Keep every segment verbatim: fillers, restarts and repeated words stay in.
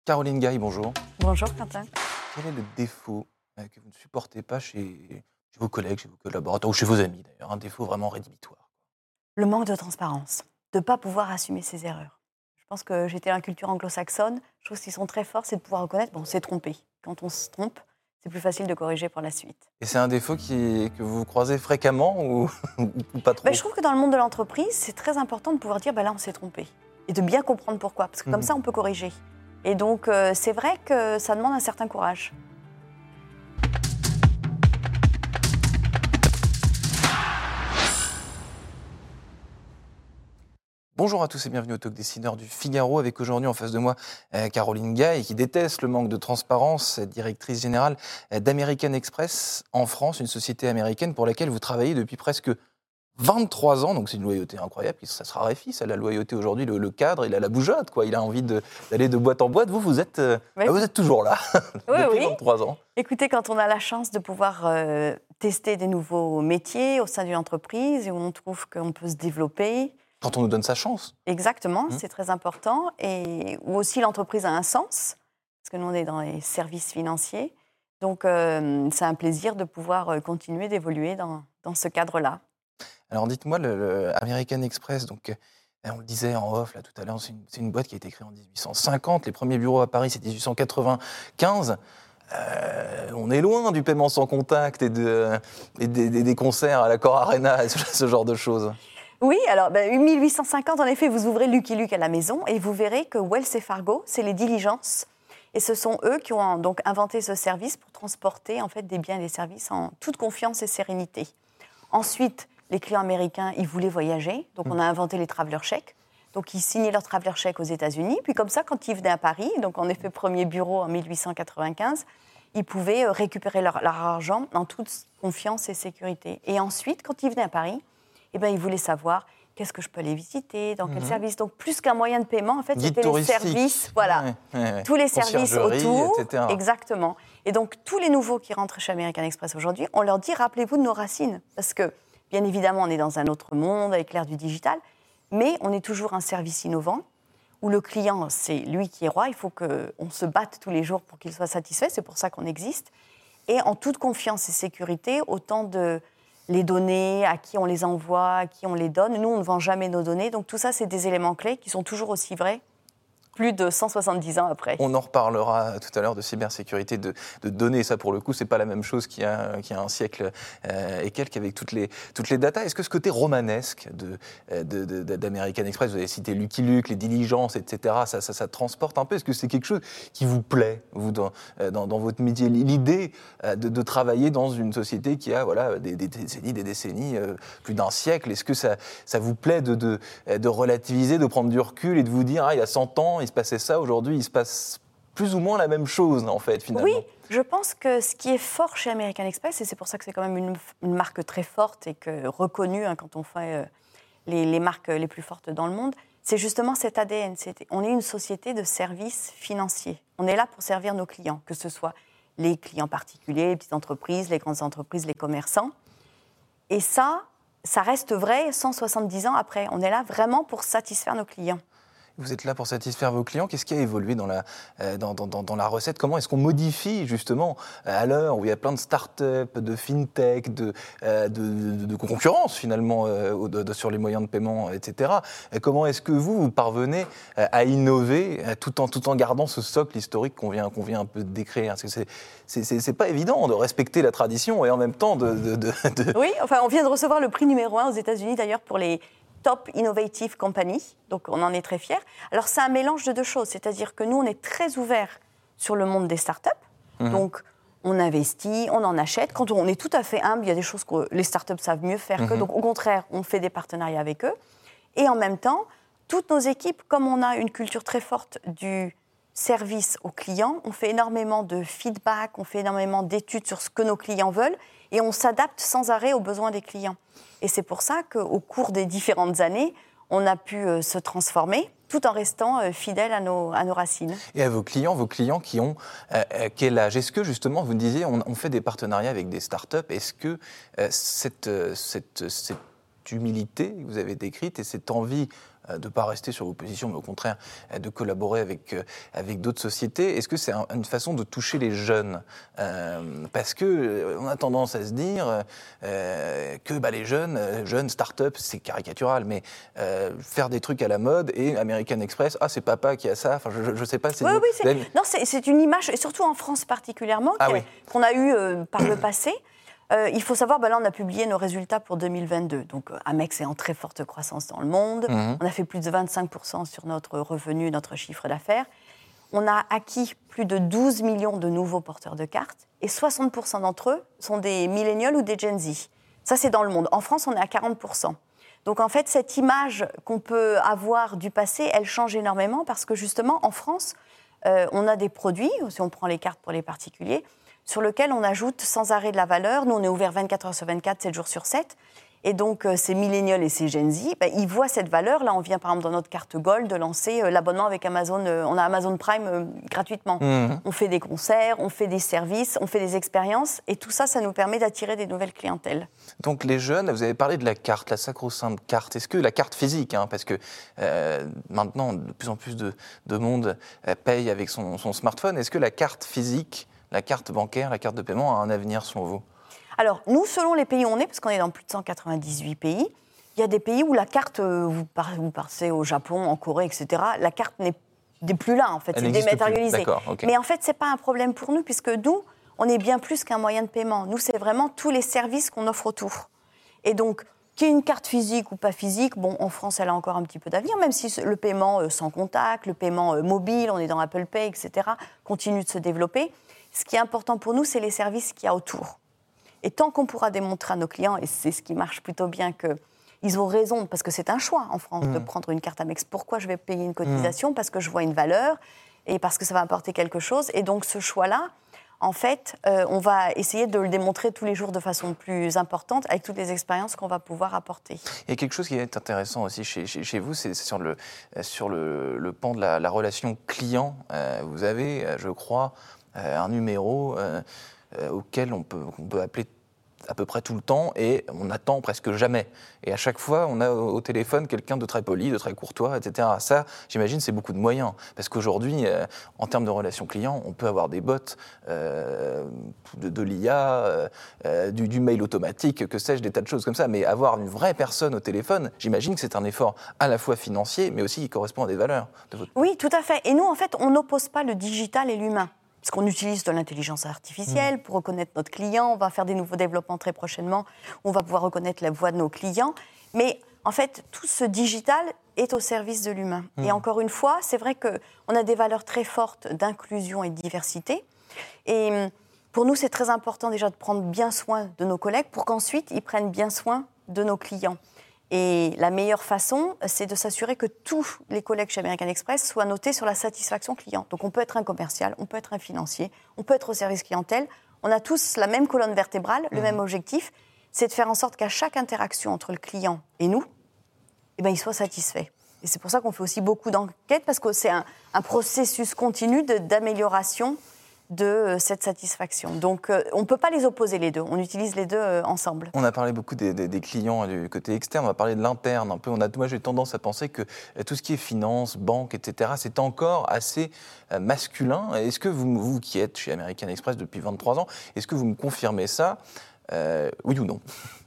Caroline Gaille, bonjour. Bonjour Quentin. Quel est le défaut euh, que vous ne supportez pas chez, chez vos collègues, chez vos collaborateurs ou chez vos amis d'ailleurs, un défaut vraiment rédhibitoire? Le manque de transparence, de ne pas pouvoir assumer ses erreurs. Je pense que j'étais dans la culture anglo-saxonne, je trouve qu'ils sont très forts, c'est de pouvoir reconnaître, bon, on s'est trompé. Quand on se trompe, c'est plus facile de corriger pour la suite. Et c'est un défaut qui, que vous croisez fréquemment ou, ou pas trop? Ben, je trouve que dans le monde de l'entreprise, c'est très important de pouvoir dire, ben là, on s'est trompé. Et de bien comprendre pourquoi, parce que comme Mhm. ça, on peut corriger. Et donc, euh, c'est vrai que ça demande un certain courage. Bonjour à tous et bienvenue au Talk Décideur du Figaro, avec aujourd'hui en face de moi euh, Caroline Gaille, qui déteste le manque de transparence, directrice générale euh, d'American Express en France, une société américaine pour laquelle vous travaillez depuis presque vingt-trois ans, donc c'est une loyauté incroyable, ça se raréfie, ça, la loyauté aujourd'hui, le, le cadre, il a la bougeotte, quoi. Il a envie de, d'aller de boîte en boîte. Vous, vous êtes, euh, Oui. bah, vous êtes toujours là, Oui, depuis oui. vingt-trois ans. Écoutez, quand on a la chance de pouvoir euh, tester des nouveaux métiers au sein d'une entreprise et où on trouve qu'on peut se développer, Quand on nous donne sa chance. exactement, Mmh. c'est très important, et où aussi l'entreprise a un sens, parce que nous on est dans les services financiers, donc euh, c'est un plaisir de pouvoir euh, continuer d'évoluer dans, dans ce cadre-là. Alors dites-moi, le, le American Express, donc, euh, on le disait en off là, tout à l'heure, c'est une, c'est une boîte qui a été créée en dix-huit cent cinquante, les premiers bureaux à Paris c'est dix-huit cent quatre-vingt-quinze. Euh, on est loin du paiement sans contact et, de, et des, des, des concerts à l'Accor Arena et ce, ce genre de choses. Oui, alors ben, mille huit cent cinquante, en effet, vous ouvrez Lucky Luke à la maison et vous verrez que Wells et Fargo, c'est les diligences. Et ce sont eux qui ont donc inventé ce service pour transporter en fait, des biens et des services en toute confiance et sérénité. Ensuite, les clients américains, ils voulaient voyager, donc on a inventé les traveler checks. Donc ils signaient leur traveler check aux États-Unis, puis comme ça, quand ils venaient à Paris, donc en effet premier bureau en mille huit cent quatre-vingt-quinze, ils pouvaient récupérer leur, leur argent en toute confiance et sécurité. Et ensuite, quand ils venaient à Paris, eh ben, ils voulaient savoir qu'est-ce que je peux aller visiter, dans quel Mhm. service. Donc plus qu'un moyen de paiement, en fait, Guide c'était les touristique. services, voilà, Ouais, ouais, ouais. tous les services Conciergerie, autour, et cetera. exactement. Et donc tous les nouveaux qui rentrent chez American Express aujourd'hui, on leur dit rappelez-vous de nos racines, parce que bien évidemment, on est dans un autre monde avec l'ère du digital, mais on est toujours un service innovant où le client, c'est lui qui est roi. Il faut qu'on se batte tous les jours pour qu'il soit satisfait. C'est pour ça qu'on existe. Et en toute confiance et sécurité, autant de les données, à qui on les envoie, à qui on les donne. Nous, on ne vend jamais nos données. Donc tout ça, c'est des éléments clés qui sont toujours aussi vrais plus de cent soixante-dix ans après. On en reparlera tout à l'heure de cybersécurité, de, de données. Ça, pour le coup, c'est pas la même chose qu'il y a, qu'il y a un siècle euh, et quelques avec toutes les, toutes les datas. Est-ce que ce côté romanesque de, de, de, d'American Express, vous avez cité Lucky Luke, les diligences, et cetera, ça, ça, ça transporte un peu? Est-ce que c'est quelque chose qui vous plaît, vous, dans, dans, dans votre métier? L'idée de, de travailler dans une société qui a voilà, des, des décennies, des décennies, euh, plus d'un siècle. Est-ce que ça, ça vous plaît de, de, de relativiser, de prendre du recul et de vous dire, ah, il y a cent ans, il se passait ça, aujourd'hui, il se passe plus ou moins la même chose, en fait, finalement. Oui, je pense que ce qui est fort chez American Express, et c'est pour ça que c'est quand même une, une marque très forte et que, reconnue hein, quand on fait euh, les, les marques les plus fortes dans le monde, c'est justement cet A D N. C'est, on est une société de services financiers. On est là pour servir nos clients, que ce soit les clients particuliers, les petites entreprises, les grandes entreprises, les commerçants. Et ça, ça reste vrai cent soixante-dix ans après. On est là vraiment pour satisfaire nos clients. Vous êtes là pour satisfaire vos clients. Qu'est-ce qui a évolué dans la, euh, dans, dans, dans la recette? Comment est-ce qu'on modifie, justement, à l'heure où il y a plein de start-up, de fintech, de, euh, de, de, de concurrence, finalement, euh, de, de, sur les moyens de paiement, et cetera. Et comment est-ce que vous, vous parvenez euh, à innover euh, tout, en, tout en gardant ce socle historique qu'on vient, qu'on vient un peu de décrire? Parce que c'est, c'est, c'est, c'est pas évident de respecter la tradition et en même temps de... de, de, de... Oui, enfin, on vient de recevoir le prix numéro un aux États-Unis, d'ailleurs, pour les Top Innovative Company, donc on en est très fiers. Alors c'est un mélange de deux choses, c'est-à-dire que nous on est très ouverts sur le monde des startups, mmh. donc on investit, on en achète. Quand on est tout à fait humble, il y a des choses que les startups savent mieux faire mmh. que, donc au contraire on fait des partenariats avec eux. Et en même temps, toutes nos équipes, comme on a une culture très forte du service aux clients, on fait énormément de feedback, on fait énormément d'études sur ce que nos clients veulent et on s'adapte sans arrêt aux besoins des clients. Et c'est pour ça qu'au cours des différentes années, on a pu euh, se transformer tout en restant euh, fidèle à nos, à nos racines. Et à vos clients, vos clients qui ont euh, quel âge? Est-ce que justement, vous me disiez, on, on fait des partenariats avec des startups, est-ce que euh, cette, cette, cette humilité que vous avez décrite et cette envie de ne pas rester sur vos positions, mais au contraire de collaborer avec, avec d'autres sociétés. Est-ce que c'est un, une façon de toucher les jeunes ? euh, Parce qu'on a tendance à se dire euh, que bah, les jeunes, jeunes start-up, c'est caricatural, mais euh, faire des trucs à la mode et American Express, ah c'est papa qui a ça, enfin je ne sais pas. C'est oui, une... oui, c'est... Non, c'est, c'est une image, et surtout en France particulièrement, ah, oui. qu'on a eu euh, par le passé. Euh, il faut savoir, ben là, on a publié nos résultats pour deux mille vingt-deux. Donc, euh, Amex est en très forte croissance dans le monde. Mmh. On a fait plus de vingt-cinq pour cent sur notre revenu, notre chiffre d'affaires. On a acquis plus de douze millions de nouveaux porteurs de cartes. Et soixante pour cent d'entre eux sont des millénials ou des Gen Z. Ça, c'est dans le monde. En France, on est à quarante pour cent. Donc, en fait, cette image qu'on peut avoir du passé, elle change énormément parce que, justement, en France, euh, on a des produits, si on prend les cartes pour les particuliers, sur lequel on ajoute sans arrêt de la valeur. Nous, on est ouvert vingt-quatre heures sur vingt-quatre, sept jours sur sept. Et donc, euh, ces millénials et ces Gen Z, ben, ils voient cette valeur. Là, on vient, par exemple, dans notre carte Gold, de lancer euh, l'abonnement avec Amazon. Euh, on a Amazon Prime euh, gratuitement. Mmh. On fait des concerts, on fait des services, on fait des expériences. Et tout ça, ça nous permet d'attirer des nouvelles clientèles. Donc, les jeunes, vous avez parlé de la carte, la sacro-sainte carte. Est-ce que la carte physique, hein, parce que euh, maintenant, de plus en plus de, de monde euh, paye avec son, son smartphone, est-ce que la carte physique, la carte bancaire, la carte de paiement a un avenir selon vous ? Alors, nous, selon les pays où on est, parce qu'on est dans plus de cent quatre-vingt-dix-huit pays, il y a des pays où la carte, vous, vous partez au Japon, en Corée, et cetera, la carte n'est, n'est plus là, en fait, elle c'est dématérialisé. Okay. Mais en fait, ce n'est pas un problème pour nous, puisque nous, on est bien plus qu'un moyen de paiement. Nous, c'est vraiment tous les services qu'on offre autour. Et donc, qu'il y ait une carte physique ou pas physique, bon, en France, elle a encore un petit peu d'avenir, même si le paiement euh, sans contact, le paiement euh, mobile, on est dans Apple Pay, et cetera, continue de se développer. Ce qui est important pour nous, c'est les services qu'il y a autour. Et tant qu'on pourra démontrer à nos clients, et c'est ce qui marche plutôt bien, qu'ils ont raison, parce que c'est un choix en France mmh. de prendre une carte Amex. Pourquoi je vais payer une cotisation ? mmh. Parce que je vois une valeur et parce que ça va apporter quelque chose. Et donc ce choix-là, en fait, euh, on va essayer de le démontrer tous les jours de façon plus importante avec toutes les expériences qu'on va pouvoir apporter. Il y a quelque chose qui est intéressant aussi chez, chez, chez vous, c'est, c'est sur, le, sur le, le pan de la, la relation client. Euh, vous avez, je crois, euh, un numéro euh, euh, auquel on peut, on peut appeler à peu près tout le temps et on n'attend presque jamais. Et à chaque fois, on a au téléphone quelqu'un de très poli, de très courtois, et cetera. Ça, j'imagine, c'est beaucoup de moyens. Parce qu'aujourd'hui, euh, en termes de relations clients, on peut avoir des bots, euh, de, de l'I A, euh, du, du mail automatique, que sais-je, des tas de choses comme ça. Mais avoir une vraie personne au téléphone, j'imagine que c'est un effort à la fois financier, mais aussi qui correspond à des valeurs de votre... Oui, tout à fait. Et nous, en fait, on n'oppose pas le digital et l'humain. Parce qu'on utilise de l'intelligence artificielle mmh. pour reconnaître notre client. On va faire des nouveaux développements très prochainement. On va pouvoir reconnaître la voix de nos clients. Mais en fait, tout ce digital est au service de l'humain. Mmh. Et encore une fois, c'est vrai qu'on a des valeurs très fortes d'inclusion et de diversité. Et pour nous, c'est très important déjà de prendre bien soin de nos collègues pour qu'ensuite, ils prennent bien soin de nos clients. Et la meilleure façon, c'est de s'assurer que tous les collègues chez American Express soient notés sur la satisfaction client. Donc on peut être un commercial, on peut être un financier, on peut être au service clientèle. On a tous la même colonne vertébrale, mmh. le même objectif, c'est de faire en sorte qu'à chaque interaction entre le client et nous, eh ben, il soit satisfait. Et c'est pour ça qu'on fait aussi beaucoup d'enquêtes, parce que c'est un, un processus continu de, d'amélioration de cette satisfaction. Donc, euh, on ne peut pas les opposer les deux. On utilise les deux euh, ensemble. On a parlé beaucoup des, des, des clients du côté externe. On va parler de l'interne un peu. On a, moi, j'ai tendance à penser que tout ce qui est finance, banque, et cetera, c'est encore assez euh, masculin. Est-ce que vous, vous qui êtes chez American Express depuis vingt-trois ans, est-ce que vous me confirmez ça, euh, oui ou non ?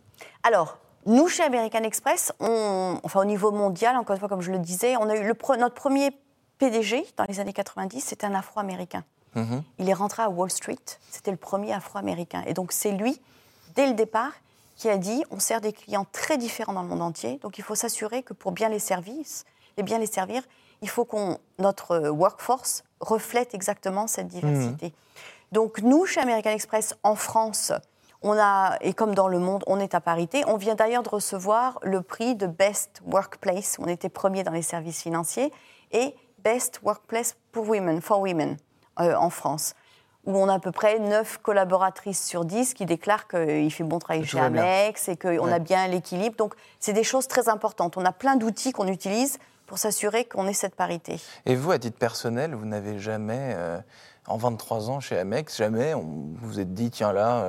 Alors, nous, chez American Express, on, enfin, au niveau mondial, encore une fois, comme je le disais, on a eu le pre, notre premier P D G dans les années quatre-vingt-dix, c'était un Afro-Américain. Mmh. Il est rentré à Wall Street, c'était le premier Afro-Américain. Et donc c'est lui, dès le départ, qui a dit on sert des clients très différents dans le monde entier, donc il faut s'assurer que pour bien les servir, et bien les servir, il faut que notre workforce reflète exactement cette diversité. Mmh. Donc nous, chez American Express, en France, on a, et comme dans le monde, on est à parité. On vient d'ailleurs de recevoir le prix de Best Workplace, on était premier dans les services financiers, et Best Workplace pour Women, for Women. Euh, en France, où on a à peu près neuf collaboratrices sur dix qui déclarent qu'il fait bon travail chez Amex et qu'on ouais. a bien l'équilibre. Donc, c'est des choses très importantes. On a plein d'outils qu'on utilise pour s'assurer qu'on ait cette parité. Et vous, à titre personnel, vous n'avez jamais, euh, en vingt-trois ans chez Amex, jamais on, vous vous êtes dit, tiens là, euh,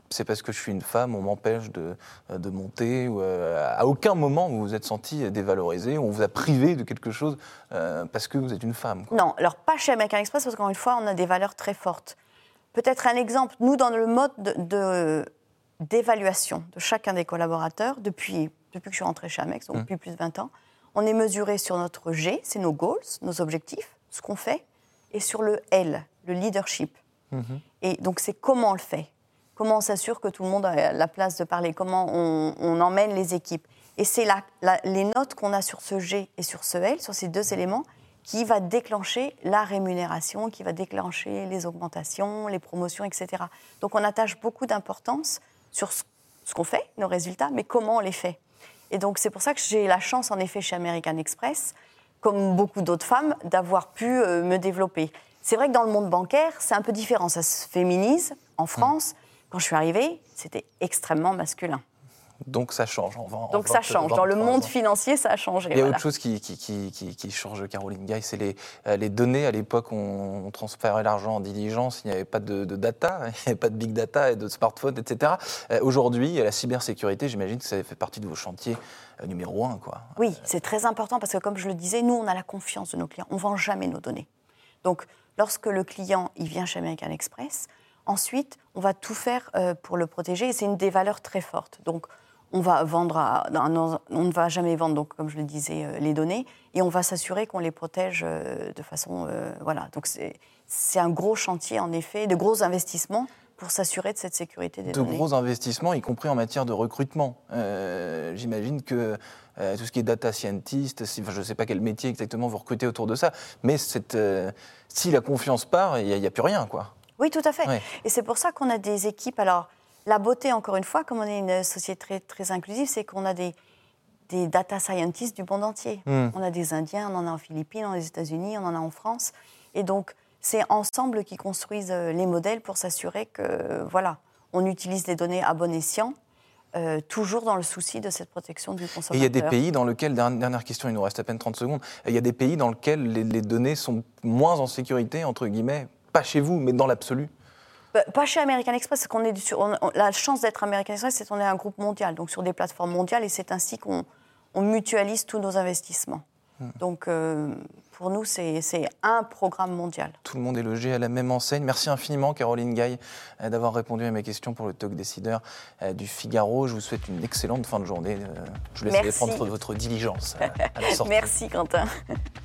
c'est parce que je suis une femme, on m'empêche de, de monter. Ou, euh, à aucun moment vous vous êtes senti dévalorisé, on vous a privé de quelque chose euh, parce que vous êtes une femme, quoi. Non, alors pas chez American Express, parce qu'encore une fois, on a des valeurs très fortes. Peut-être un exemple, nous, dans le mode de, de, d'évaluation de chacun des collaborateurs, depuis, depuis que je suis rentrée chez Amex, donc mmh. depuis plus de vingt ans, on est mesuré sur notre G, c'est nos goals, nos objectifs, ce qu'on fait, et sur le L, le leadership. Mmh. Et donc, c'est comment on le fait, comment on s'assure que tout le monde a la place de parler, comment on, on emmène les équipes. Et c'est la, la, les notes qu'on a sur ce G et sur ce L, sur ces deux éléments, qui va déclencher la rémunération, qui va déclencher les augmentations, les promotions, et cetera. Donc, on attache beaucoup d'importance sur ce, ce qu'on fait, nos résultats, mais comment on les fait. Et donc, c'est pour ça que j'ai la chance, en effet, chez American Express, comme beaucoup d'autres femmes, d'avoir pu euh, me développer. C'est vrai que dans le monde bancaire, c'est un peu différent. Ça se féminise. En France, mmh. quand je suis arrivée, c'était extrêmement masculin. Donc ça change. On va, Donc on ça change. Dans le monde financier, ça a changé. Il y a voilà. autre chose qui, qui, qui, qui, qui change, Caroline Gaye, c'est les, les données. À l'époque, on, on transférait l'argent en diligence, il n'y avait pas de, de data, il n'y avait pas de big data et de smartphone, et cetera. Euh, aujourd'hui, la cybersécurité, j'imagine que ça fait partie de vos chantiers euh, numéro un, quoi. Oui, c'est très important parce que, comme je le disais, nous, on a la confiance de nos clients. On ne vend jamais nos données. Donc, lorsque le client il vient chez American Express, ensuite, on va tout faire euh, pour le protéger et c'est une des valeurs très fortes. Donc, on va vendre, à, on ne va jamais vendre, donc, comme je le disais, euh, les données, et on va s'assurer qu'on les protège euh, de façon, euh, voilà. Donc c'est, c'est un gros chantier, en effet, de gros investissements pour s'assurer de cette sécurité des de données. De gros investissements, y compris en matière de recrutement. Euh, j'imagine que euh, tout ce qui est data scientist, si, enfin, je ne sais pas quel métier exactement vous recrutez autour de ça, mais cette, euh, si la confiance part, il n'y a, a plus rien, quoi. Oui, tout à fait. Ouais. Et c'est pour ça qu'on a des équipes. Alors, la beauté, encore une fois, comme on est une société très, très inclusive, c'est qu'on a des, des data scientists du monde entier. Mm. On a des Indiens, on en a en Philippines, on en a aux États-Unis, on en a en France. Et donc, c'est ensemble qui construisent les modèles pour s'assurer que, voilà, on utilise les données à bon escient, euh, toujours dans le souci de cette protection du consommateur. Et il y a des pays dans lesquels, dernière question, il nous reste à peine trente secondes, il y a des pays dans lesquels les, les données sont moins en sécurité, entre guillemets, pas chez vous, mais dans l'absolu. Pas chez American Express, parce qu'on est sur, on, on, la chance d'être American Express, c'est qu'on est un groupe mondial, donc sur des plateformes mondiales, et c'est ainsi qu'on on mutualise tous nos investissements. Hum. Donc, euh, pour nous, c'est, c'est un programme mondial. Tout le monde est logé à la même enseigne. Merci infiniment, Caroline Gaye, d'avoir répondu à mes questions pour le Talk Décideur du Figaro. Je vous souhaite une excellente fin de journée. Je vous laisse aller prendre votre diligence à la sortie. Merci, Quentin.